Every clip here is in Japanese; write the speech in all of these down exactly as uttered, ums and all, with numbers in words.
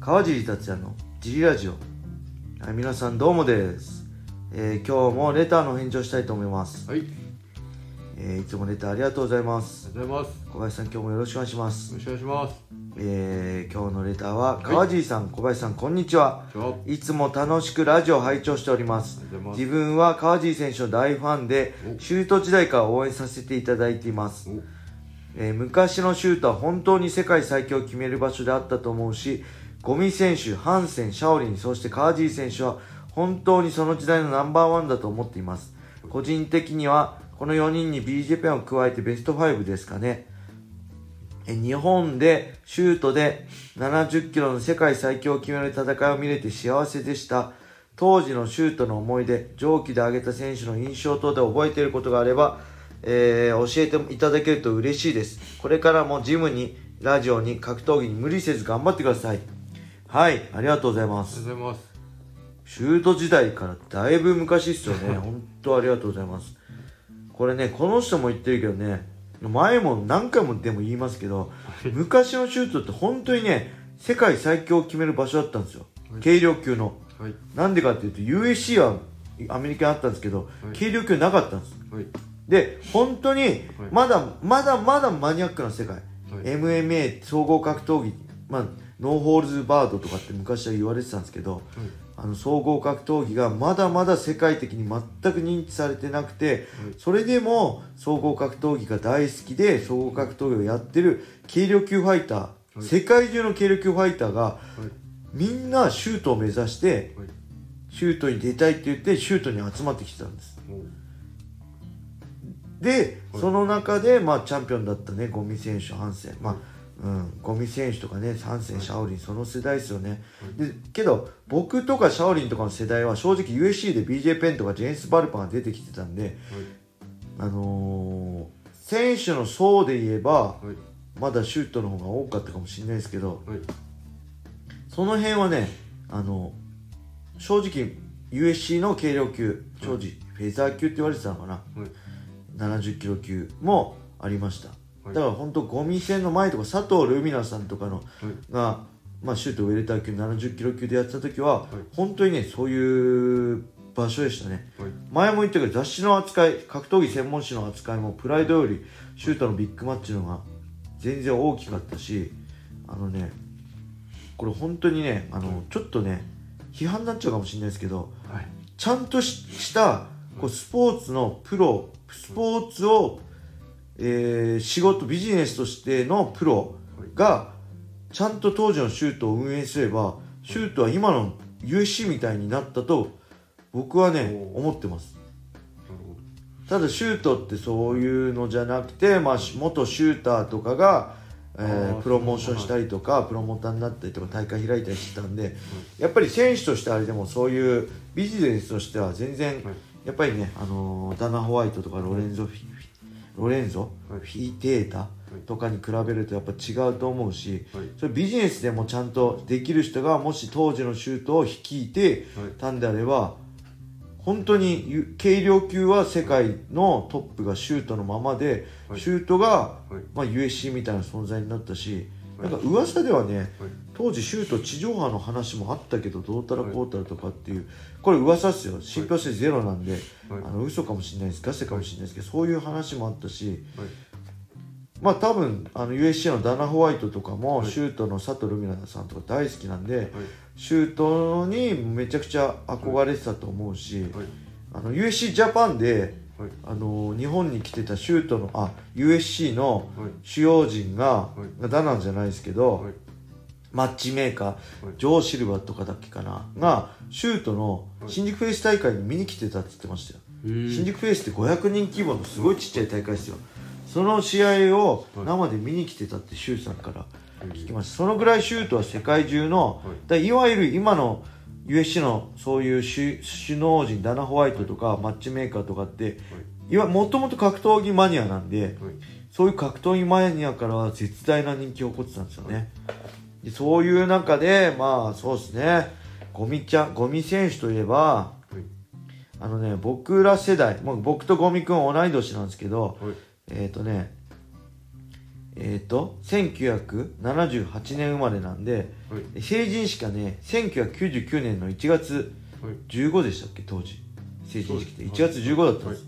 川尻達也のジリラジオ。はい、皆さんどうもです、えー、今日もレターの返事をしたいと思います。 はい、 えー、いつもレターありがとうございます。 ありがとうございます。 小林さん、今日もよろしくお願いします。 よろしくお願いします。 えー、今日のレターは川尻さん、はい、小林さん、こんにちは。 はい、 いつも楽しくラジオを拝聴しております。自分は川尻選手の大ファンでシュート時代から応援させていただいています。えー、昔のシュートは本当に世界最強を決める場所であったと思うし、五味選手、ハンセン、シャオリン、そして川尻選手は本当にその時代のナンバーワンだと思っています。個人的にはこのよにんに ビージェー ペンを加えてベストファイブですかね。え日本でシュートでななじゅっキロの世界最強を決める戦いを見れて幸せでした。当時のシュートの思い出、上記で挙げた選手の印象等で覚えていることがあれば、えー、教えていただけると嬉しいです。これからもジムに、ラジオに、格闘技に無理せず頑張ってください。はい、ありがとうございます。 ありがとうございます。 シュート時代からだいぶ昔っすよね。本当ありがとうございます。これね、この人も言ってるけどね、前も何回もでも言いますけど、昔のシュートって本当にね、世界最強を決める場所だったんですよ。はい、軽量級の。はい、なんでかっていうと ユーエフシー はアメリカにあったんですけど、はい、軽量級なかったんです。はい、で、本当にまだ、はい、まだまだマニアックな世界。はい、エムエムエー 総合格闘技、まあ、ノーホールズバードとかって昔は言われてたんですけど、はい、あの総合格闘技がまだまだ世界的に全く認知されてなくて、はい、それでも総合格闘技が大好きで総合格闘技をやってる軽量級ファイター、はい、世界中の軽量級ファイターが、はい、みんなシュートを目指して、はい、シュートに出たいって言ってシュートに集まってきてたんです。で、はい、その中で、まあ、チャンピオンだったね、五味選手、ハンセン、まあうん、五味選手とかね、ハンセン、シャオリン、その世代ですよね。でけど僕とかシャオリンとかの世代は正直 ユーエフシー で ビージェー ペンとかジェームス・バルパンが出てきてたんで、はい、あのー、選手の層で言えば、はい、まだシュートの方が多かったかもしれないですけど、はい、その辺はね、あのー、正直 ユーエフシー の軽量級、当時、はい、フェザー級って言われてたのかな、はい、ななじゅっキロ級もありました。だから本当五味戦の前とか佐藤ルミナさんとかの、はい、が、まあ、シュートウェルター級ななじゅっキロ級でやってた時は、はい、本当にねそういう場所でしたね、はい、前も言ったけど雑誌の扱い、格闘技専門誌の扱いもプライドよりシュートのビッグマッチの方が全然大きかったし、あのねこれ本当にねあの、はい、ちょっとね批判になっちゃうかもしれないですけど、はい、ちゃんとしたこうスポーツのプロスポーツをえー、仕事ビジネスとしてのプロがちゃんと当時のシュートを運営すればシュートは今の ユーエフシー みたいになったと僕はね思ってます。ただシュートってそういうのじゃなくて、まあ、元シューターとかが、えー、プロモーションしたりとかプロモーターになったりとか大会開いたりしてたんで、やっぱり選手としてあれでもそういうビジネスとしては全然やっぱりね、あのー、ダナ・ホワイトとかロレンゾ・フィロレンゾ、はい、フィテータとかに比べるとやっぱ違うと思うし、はい、それビジネスでもちゃんとできる人がもし当時のシュートを率いてたんであれば、本当に軽量級は世界のトップがシュートのままで、はい、シュートが、はいまあ、ユーエフシー みたいな存在になったし、なんか噂ではね、はい、当時シュート地上波の話もあったけどどうたらこうたらとかっていう、これ噂っすよ、信憑性ゼロなんで、はい、あの嘘かもしれないです、ガセかもしれないですけど、そういう話もあったし、はい、まあ多分あの ユーエフシー のダナ・ホワイトとかも、はい、シュートの佐藤ルミナさんとか大好きなんで、はい、シュートにめちゃくちゃ憧れてたと思うし、はい、あの ユーエフシー ジャパンではい、あの日本に来てたシュートのあ ユーエフシー の主要人が、はい、ダナンじゃないですけど、はい、マッチメーカー、はい、ジョー・シルバーとかだっけかながシュートの新宿フェイス大会に見に来てたって言ってましたよ。新宿フェイスってごひゃくにん規模のすごいちっちゃい大会ですよ。その試合を生で見に来てたってシューさんから聞きました。そのぐらいシュートは世界中の、だいわゆる今のユーエフシー のそういう首脳陣ダナ・ホワイトとかマッチメーカーとかってもともと格闘技マニアなんで、はい、そういう格闘技マニアからは絶大な人気を誇ってたんですよね。でそういう中でまあそうですね、ゴミちゃんゴミ選手といえば、はい、あのね僕ら世代、もう僕とゴミくん同い年なんですけど、はい、えっ、ー、とねえっ、ー、とせんきゅうひゃくななじゅうはちねん生まれなんで、はい、成人式がねせんきゅうひゃくきゅうじゅうきゅうねんのいちがつじゅうごでしたっけ、当時成人式っていちがつじゅうごだったんです、はい、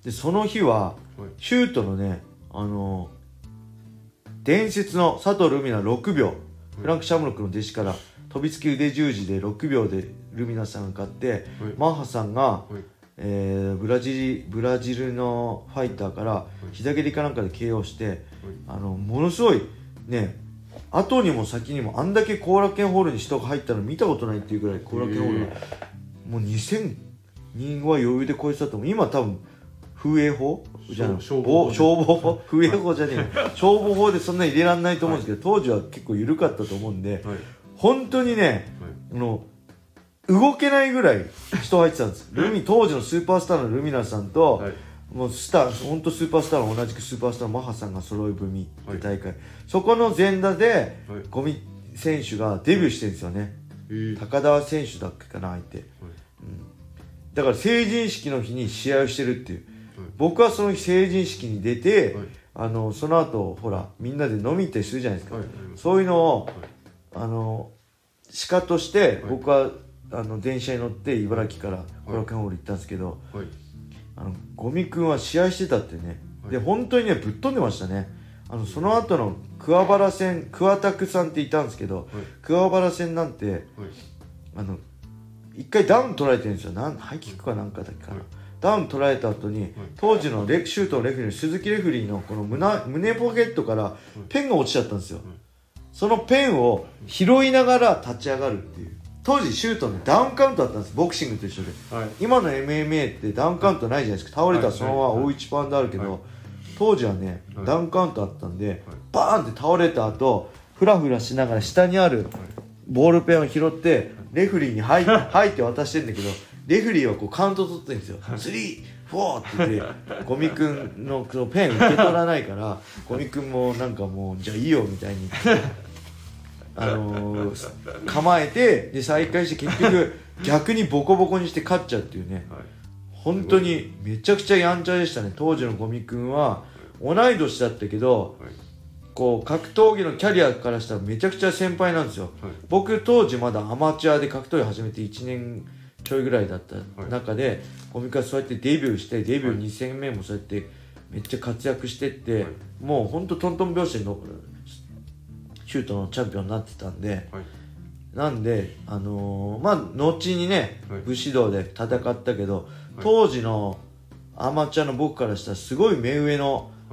でその日は、はい、シュートのねあのー、伝説の佐藤ルミナろくびょう、はい、フランク・シャムロックの弟子から飛びつき腕十字でろくびょうでルミナさんが勝って、はい、マッハさんが、はい、えー、ブラジル、ブラジルのファイターから膝蹴りかなんかで ケーオー して、はい、あのものすごいね後にも先にもあんだけ後楽園ホールに人が入ったの見たことないっていうぐらい後楽園ホールがもうにせんにんは余裕で超えてたと思う。今多分風営法じゃん消防法風営法じゃねえ消防法でそんな入れらんないと思うんですけど、はい、当時は結構緩かったと思うんで、はい、本当にね、はい、あの動けないぐらい人入ってたんですルミ当時のスーパースターのルミナさんと、はい、もうスター本当スーパースターの同じくスーパースターのマハさんが揃い踏みで大会、はい、そこの前座で、はい、ゴミ選手がデビューしてるんですよね、はい、高田選手だっけかな相手、はい、うん、だから成人式の日に試合をしてるっていう、はい、僕はその日成人式に出て、はい、あのその後ほらみんなで飲み行ったりするじゃないですか、はい、そういうのを、はい、あの鹿として僕は、はい、あの電車に乗って茨城から後楽園ホール行ったんですけど、はい、あのゴミくんは試合してたってね、はい、で本当にねぶっ飛んでましたね。あのその後の桑原戦桑田久さんっていたんですけど、はい、桑原戦なんて、はい、あの一回ダウン取られてるんですよ。なんハイキックかなんかだっけかな、はい、ダウン取られた後に、はい、当時のレシュートのレフェリー鈴木レフェリーのこの 胸, 胸ポケットからペンが落ちちゃったんですよ、はい、そのペンを拾いながら立ち上がるっていう。当時シュートのダウンカウントだったんです。ボクシングと一緒で、はい、今の エムエムエー ってダウンカウントないじゃないですか。倒れたらそのまま大いちパウンドあるけど、はいはい、当時はね、はい、ダウンカウントあったんで、はい、バーンって倒れた後フラフラしながら下にあるボールペンを拾ってレフリーに入って渡してるんだけど、レフリーはこうカウント取ってるんですよ、はい、スリー、フォーって言ってゴミくん の, そのペン受け取らないからゴミくんもなんかもうじゃあいいよみたいにあのー、構えてで再開して結局逆にボコボコにして勝っちゃうっていうね、はい、本当にめちゃくちゃやんちゃでしたね。当時のゴミくんは同い年だったけど、はい、こう格闘技のキャリアからしたらめちゃくちゃ先輩なんですよ、はい、僕当時まだアマチュアで格闘技始めていちねんちょいぐらいだった中で、はい、ゴミくんはそうやってデビューしてデビューに戦目もそうやってめっちゃ活躍してって、はい、もうほんとトントン拍子のシュートのチャンピオンになってたんで、はい、なんであのー、まあ後にね、はい、武士道で戦ったけど、はい、当時のアマチュアの僕からしたらすごい目上の、はい、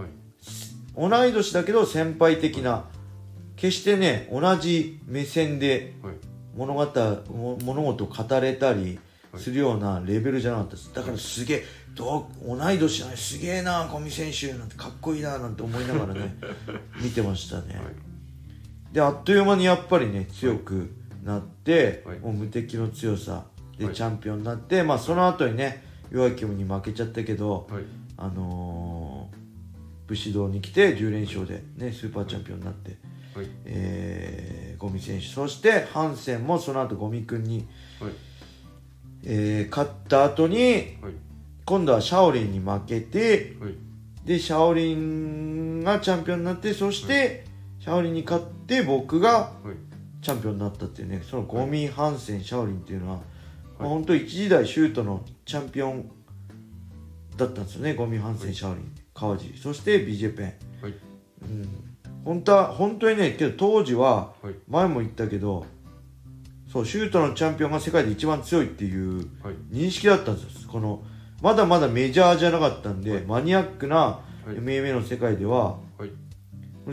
同い年だけど先輩的な、はい、決してね同じ目線で物語、はい、物事を語れたりするようなレベルじゃなかったです。だからすげえどう同い年じゃないすげえなゴミ選手なんてかっこいいななんて思いながらね見てましたね、はい、であっという間にやっぱりね強くなって、はい、もう無敵の強さでチャンピオンになって、はい、まあその後にねヨアキムに負けちゃったけど、はい、あのー、武士道に来てじゅうれん勝でねスーパーチャンピオンになって、はい、えー、ゴミ選手そしてハンセンもその後ゴミくんに、はい、えー、勝った後に、はい、今度はシャオリンに負けて、はい、でシャオリンがチャンピオンになってそして、はい、シャオリンに勝って僕がチャンピオンになったっていうね、そのゴミ、ハンセン、シャオリンっていうのは、はい、まあ、本当一時代シュートのチャンピオンだったんですよね。ゴミ、ハンセン、シャオリン、川地、そして ビージェー ペン、はい、うん、本当は本当にね、けど当時は前も言ったけど、そうシュートのチャンピオンが世界で一番強いっていう認識だったんですよ。このまだまだメジャーじゃなかったんで、はい、マニアックな エムエムエー の世界では、はい、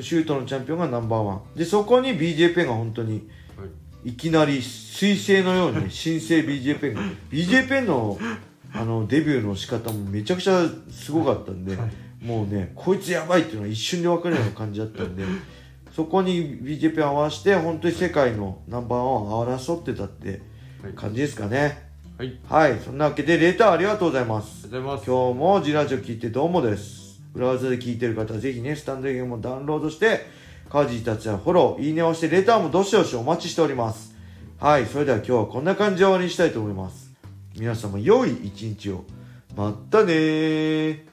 シュートのチャンピオンがナンバーワンで、そこに ビージェー ペンが本当にいきなり彗星のように、ね、新生 ビージェー ペンが ビージェー ペンのあのデビューの仕方もめちゃくちゃすごかったんで、もうねこいつやばいっていうのは一瞬で分かるような感じだったんでそこに ビージェー ペンを合わせて本当に世界のナンバーワンを争ってたって感じですかね。はい、はい、そんなわけでレーターありがとうございます。今日もジラジオ聞いてどうもです。ブラウザで聞いてる方はぜひねスタンド エフエム もダウンロードしてカジ達也フォローいいねをしてレターもどしどしお待ちしております。はい、それでは今日はこんな感じで終わりにしたいと思います。皆様良い一日を。またねー。